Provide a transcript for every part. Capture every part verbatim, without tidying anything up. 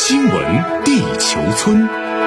新闻地球村，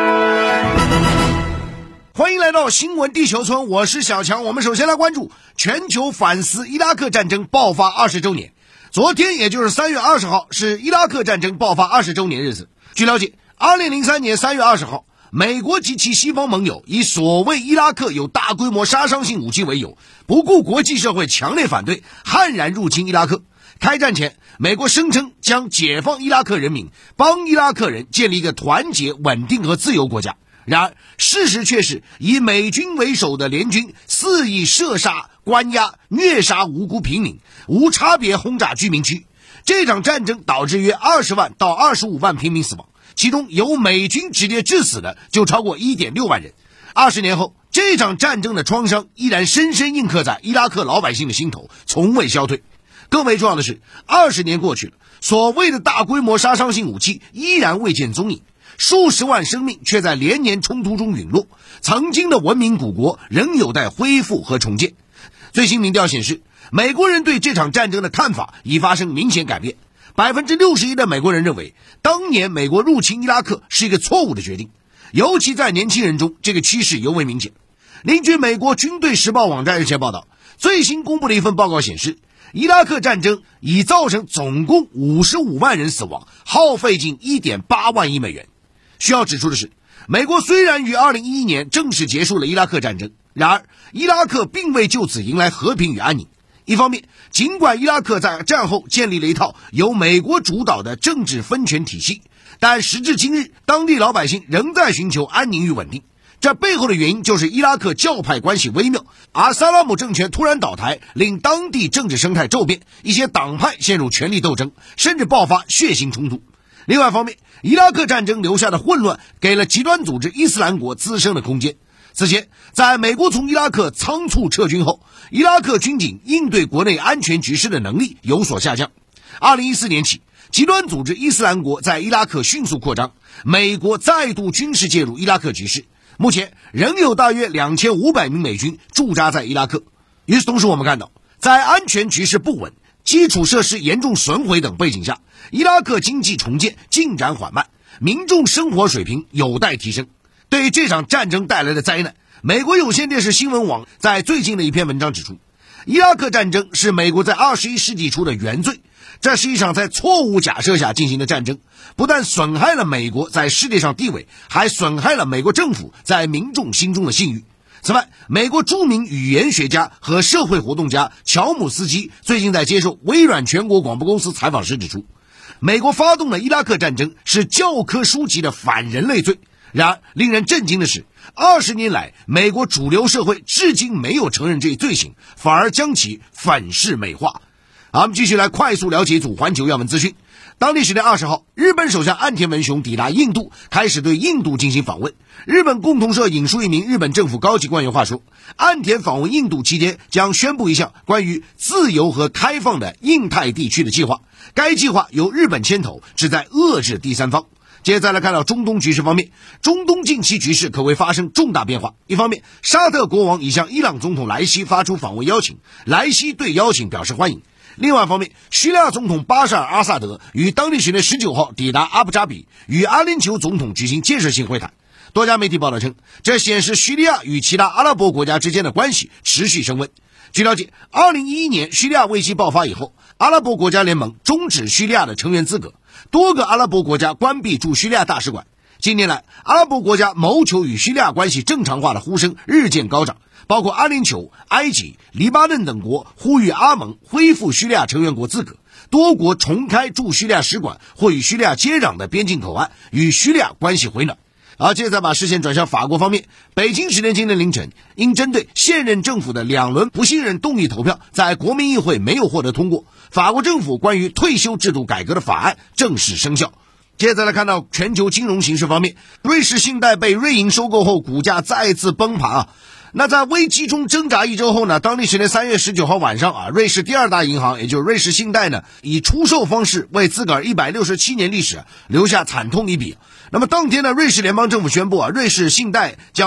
欢迎来到新闻地球村，我是小强。我们首先来关注全球反思伊拉克战争爆发二十周年。昨天也就是三月二十号是伊拉克战争爆发二十周年日子。据了解，二零零三年三月二十号，美国及其西方盟友以所谓伊拉克有大规模杀伤性武器为由，不顾国际社会强烈反对，悍然入侵伊拉克。开战前，美国声称将解放伊拉克人民，帮伊拉克人建立一个团结、稳定和自由国家。然而，事实却是以美军为首的联军肆意射杀、关押、虐杀无辜平民，无差别轰炸居民区。这场战争导致约二十万到二十五万平民死亡，其中由美军直接致死的就超过 一点六万人。二十年后，这场战争的创伤依然深深印刻在伊拉克老百姓的心头，从未消退。更为重要的是，二十年过去了，所谓的大规模杀伤性武器依然未见踪影，数十万生命却在连年冲突中陨落，曾经的文明古国仍有待恢复和重建。最新民调显示，美国人对这场战争的看法已发生明显改变， 百分之六十一 的美国人认为当年美国入侵伊拉克是一个错误的决定，尤其在年轻人中，这个趋势尤为明显。根据美国军队时报网站日前报道，最新公布的一份报告显示，伊拉克战争已造成总共五十五万人死亡，耗费近 一点八万亿美元。需要指出的是，美国虽然于二零一一年正式结束了伊拉克战争，然而伊拉克并未就此迎来和平与安宁。一方面，尽管伊拉克在战后建立了一套由美国主导的政治分权体系，但时至今日，当地老百姓仍在寻求安宁与稳定。这背后的原因就是伊拉克教派关系微妙，而萨拉姆政权突然倒台，令当地政治生态骤变，一些党派陷入权力斗争，甚至爆发血腥冲突。另外一方面，伊拉克战争留下的混乱给了极端组织伊斯兰国滋生的空间。此前，在美国从伊拉克仓促撤军后，伊拉克军警应对国内安全局势的能力有所下降。二零一四年起，极端组织伊斯兰国在伊拉克迅速扩张，美国再度军事介入伊拉克局势。目前仍有大约两千五百名美军驻扎在伊拉克。与此同时，我们看到，在安全局势不稳、基础设施严重损毁等背景下，伊拉克经济重建进展缓慢，民众生活水平有待提升。对于这场战争带来的灾难，美国有线电视新闻网在最近的一篇文章指出，伊拉克战争是美国在二十一世纪初的原罪，这是一场在错误假设下进行的战争，不但损害了美国在世界上地位，还损害了美国政府在民众心中的信誉。此外，美国著名语言学家和社会活动家乔姆斯基最近在接受微软全国广播公司采访时指出，美国发动了伊拉克战争是教科书级的反人类罪。然而，令人震惊的是，二十年来，美国主流社会至今没有承认这一罪行，反而将其粉饰美化。好，我们继续来快速了解一组环球要闻资讯。当地时间二十号，日本首相岸田文雄抵达印度，开始对印度进行访问。日本共同社引述一名日本政府高级官员话说，岸田访问印度期间将宣布一项关于自由和开放的印太地区的计划，该计划由日本牵头，旨在遏制第三方。接着来看到中东局势方面，中东近期局势可谓发生重大变化。一方面，沙特国王已向伊朗总统莱西发出访问邀请，莱西对邀请表示欢迎。另外一方面，叙利亚总统巴沙尔·阿萨德于当地时间十九号抵达阿布扎比，与阿联酋总统举行建设性会谈。多家媒体报道称，这显示叙利亚与其他阿拉伯国家之间的关系持续升温。据了解，二零一一年叙利亚危机爆发以后，阿拉伯国家联盟终止叙利亚的成员资格，多个阿拉伯国家关闭驻叙利亚大使馆。近年来，阿拉伯国家谋求与叙利亚关系正常化的呼声日渐高涨，包括阿联酋、埃及、黎巴嫩等国呼吁阿盟恢复叙利亚成员国资格，多国重开驻叙利亚使馆或与叙利亚接壤的边境口岸，与叙利亚关系回暖。而接着再把视线转向法国方面，北京时间今天凌晨，因针对现任政府的两轮不信任动议投票在国民议会没有获得通过，法国政府关于退休制度改革的法案正式生效。接着来看到全球金融形势方面，瑞士信贷被瑞银收购后，股价再次崩盘啊。那在危机中挣扎一周后呢，当地时间三月十九号晚上啊，瑞士第二大银行也就是瑞士信贷呢，以出售方式为自个儿一百六十七年历史留下惨痛一笔。那么当天呢，瑞士联邦政府宣布啊，瑞士信贷将被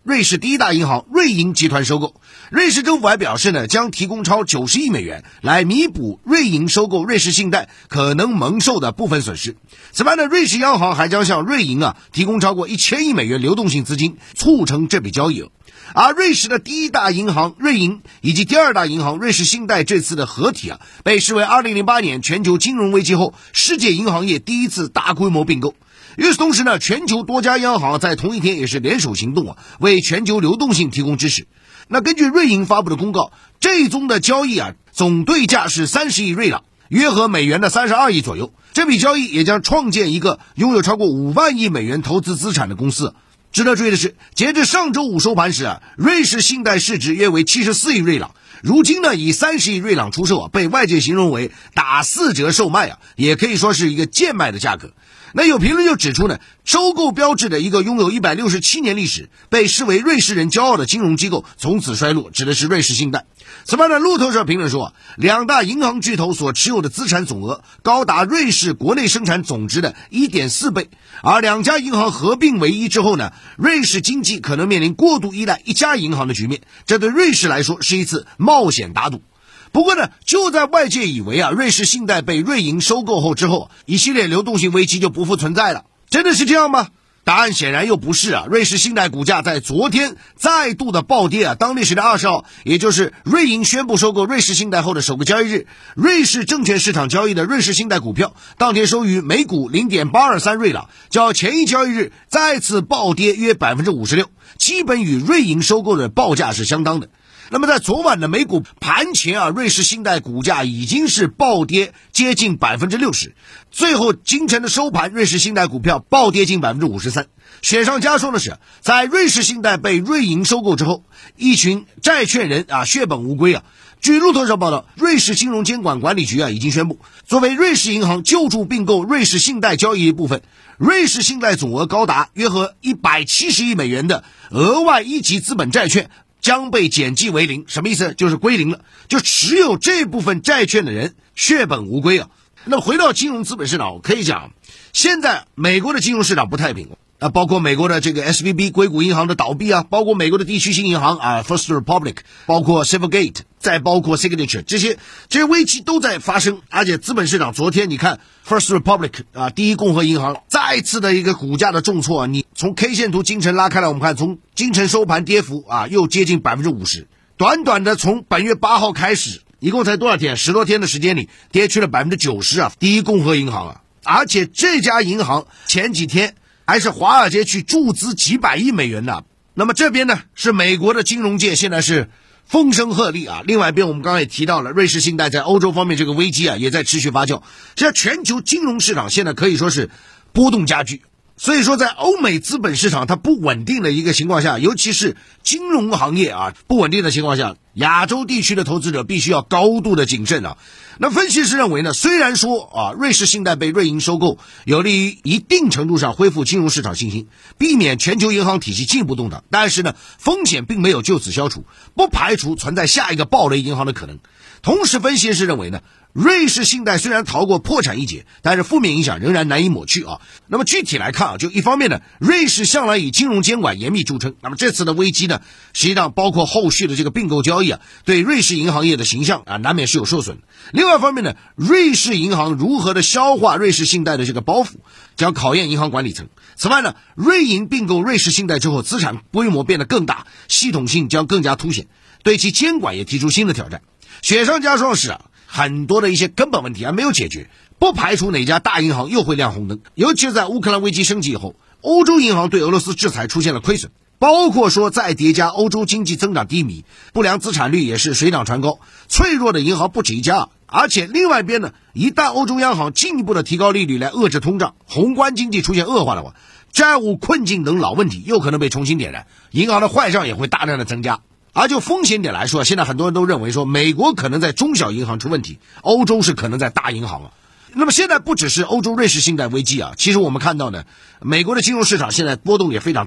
瑞士第一大银行瑞银集团收购。瑞士政府还表示呢，将提供超九十亿美元来弥补瑞银收购瑞士信贷可能蒙受的部分损失。此外呢，瑞士央行还将向瑞银啊提供超过一千亿美元流动性资金，促成这笔交易额。而瑞士的第一大银行瑞银以及第二大银行瑞士信贷这次的合体啊，被视为二零零八年全球金融危机后世界银行业第一次大规模并购。与此同时呢，全球多家央行在同一天也是联手行动啊，为全球流动性提供支持。那根据瑞银发布的公告，这一宗的交易啊，总对价是三十亿瑞郎，约合美元的三十二亿左右。这笔交易也将创建一个拥有超过五万亿美元投资资产的公司。值得注意的是，截至上周五收盘时啊，瑞士信贷市值约为七十四亿瑞郎，如今呢以三十亿瑞郎出售啊，被外界形容为打四折售卖啊，也可以说是一个贱卖的价格。那有评论就指出呢，收购标志的一个拥有一百六十七年历史、被视为瑞士人骄傲的金融机构从此衰落，指的是瑞士信贷。此外呢，路透社评论说，两大银行巨头所持有的资产总额高达瑞士国内生产总值的 一点四倍，而两家银行合并为一之后呢，瑞士经济可能面临过度依赖一家银行的局面，这对瑞士来说是一次冒险打赌。不过呢，就在外界以为啊，瑞士信贷被瑞银收购后之后，一系列流动性危机就不复存在了，真的是这样吗？答案显然又不是啊！瑞士信贷股价在昨天再度的暴跌啊！当地时间二十号，也就是瑞银宣布收购瑞士信贷后的首个交易日，瑞士证券市场交易的瑞士信贷股票当天收于每股 零点八二三瑞郎，较前一交易日再次暴跌约 百分之五十六， 基本与瑞银收购的报价是相当的。那么在昨晚的美股盘前啊，瑞士信贷股价已经是暴跌接近 百分之六十， 最后今晨的收盘，瑞士信贷股票暴跌近 百分之五十三。 雪上加霜的是，在瑞士信贷被瑞银收购之后，一群债券人啊血本无归啊。据路透社报道，瑞士金融监管管理局啊已经宣布，作为瑞士银行救助并购瑞士信贷交易一部分，瑞士信贷总额高达约合一百七十亿美元的额外一级资本债券将被减记为零。什么意思？就是归零了，就持有这部分债券的人血本无归啊。那回到金融资本市场，可以讲现在美国的金融市场不太平啊，包括美国的这个 S V B 硅谷银行的倒闭啊，包括美国的地区性银行啊 First Republic， 包括 Silvergate， 再包括 Signature， 这些这些危机都在发生。而且资本市场昨天你看 First Republic 啊，第一共和银行再次的一个股价的重挫啊，你从 K 线图今晨拉开来，我们看从今晨收盘跌幅啊又接近 百分之五十， 短短的从本月八号开始一共才多少天，十多天的时间里跌去了 百分之九十 啊，第一共和银行啊。而且这家银行前几天还是华尔街去注资几百亿美元的。那么这边呢是美国的金融界现在是风声鹤唳啊。另外一边我们刚刚也提到了，瑞士信贷在欧洲方面这个危机啊也在持续发酵。现在全球金融市场现在可以说是波动加剧，所以说在欧美资本市场它不稳定的一个情况下，尤其是金融行业啊不稳定的情况下，亚洲地区的投资者必须要高度的谨慎啊。那分析师认为呢，虽然说啊瑞士信贷被瑞银收购有利于一定程度上恢复金融市场信心，避免全球银行体系进一步动荡，但是呢风险并没有就此消除，不排除存在下一个暴雷银行的可能。同时分析师认为呢，瑞士信贷虽然逃过破产一劫，但是负面影响仍然难以抹去啊。那么具体来看啊，就一方面呢，瑞士向来以金融监管严密著称，那么这次的危机呢，实际上包括后续的这个并购交易啊，对瑞士银行业的形象啊，难免是有受损的。另外一方面呢，瑞士银行如何的消化瑞士信贷的这个包袱，将考验银行管理层。此外呢，瑞银并购瑞士信贷之后，资产规模变得更大，系统性将更加凸显，对其监管也提出新的挑战。雪上加霜是啊，很多的一些根本问题还没有解决，不排除哪家大银行又会亮红灯。尤其是在乌克兰危机升级以后，欧洲银行对俄罗斯制裁出现了亏损，包括说再叠加欧洲经济增长低迷，不良资产率也是水涨船高，脆弱的银行不止一家。而且另外一边呢，一旦欧洲央行进一步的提高利率来遏制通胀，宏观经济出现恶化的话，债务困境等老问题又可能被重新点燃，银行的坏账也会大量的增加。而就风险点来说，现在很多人都认为说美国可能在中小银行出问题，欧洲是可能在大银行啊。那么现在不只是欧洲瑞士信贷危机啊，其实我们看到呢，美国的金融市场现在波动也非常大。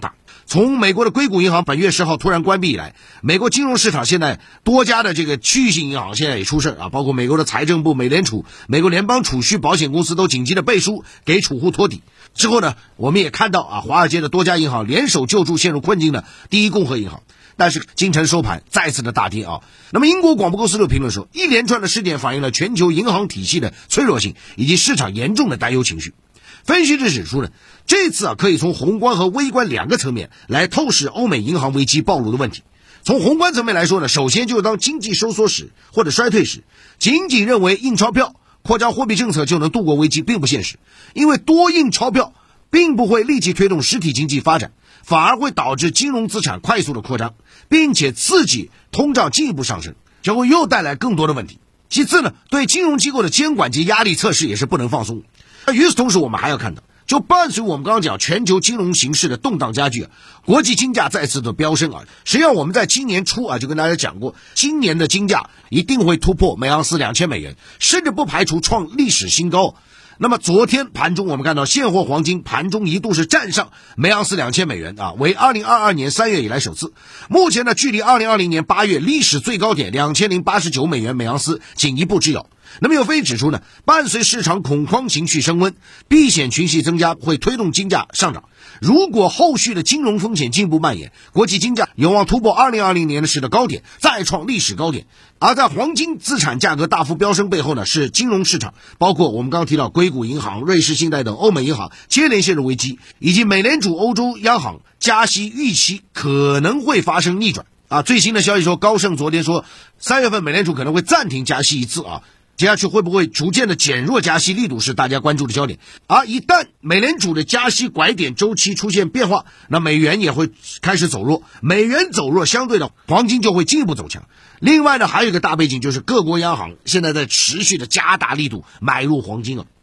从美国的硅谷银行本月十号突然关闭以来，美国金融市场现在多家的这个区域性银行现在也出事啊，包括美国的财政部、美联储、美国联邦储蓄保险公司都紧急的背书给储户托底。之后呢，我们也看到啊，华尔街的多家银行联手救助陷入困境的第一共和银行。但是今晨收盘再次的大跌啊。那么英国广播公司就评论说，一连串的事件反映了全球银行体系的脆弱性以及市场严重的担忧情绪。分析师指出呢，这次啊可以从宏观和微观两个层面来透视欧美银行危机暴露的问题。从宏观层面来说呢，首先就是当经济收缩时或者衰退时，仅仅认为印钞票、扩张货币政策就能度过危机并不现实，因为多印钞票并不会立即推动实体经济发展，反而会导致金融资产快速的扩张，并且刺激通胀进一步上升，就会又带来更多的问题。其次呢，对金融机构的监管及压力测试也是不能放松。与此同时，我们还要看到，就伴随我们刚刚讲全球金融形势的动荡加剧啊，国际金价再次的飙升啊。实际上我们在今年初啊就跟大家讲过，今年的金价一定会突破每盎司两千美元，甚至不排除创历史新高。那么昨天盘中我们看到现货黄金盘中一度是站上每盎司两千美元啊，为二零二二年三月以来首次。目前呢，距离二零二零年八月历史最高点两千零八十九美元每盎司仅一步之遥。那么有分析指出呢，伴随市场恐慌情绪升温，避险群系增加会推动金价上涨。如果后续的金融风险进一步蔓延，国际金价有望突破二零二零年的时的高点，再创历史高点。而在黄金资产价格大幅飙升背后呢，是金融市场，包括我们刚刚提到硅谷银行、瑞士信贷等欧美银行接连陷入危机，以及美联储、欧洲央行加息预期可能会发生逆转啊。最新的消息说，高盛昨天说，三月份美联储可能会暂停加息一次啊。接下去会不会逐渐的减弱加息力度是大家关注的焦点。而一旦美联储的加息拐点周期出现变化，那美元也会开始走弱，美元走弱，相对的黄金就会进一步走强。另外呢，还有一个大背景就是各国央行现在在持续的加大力度买入黄金啊。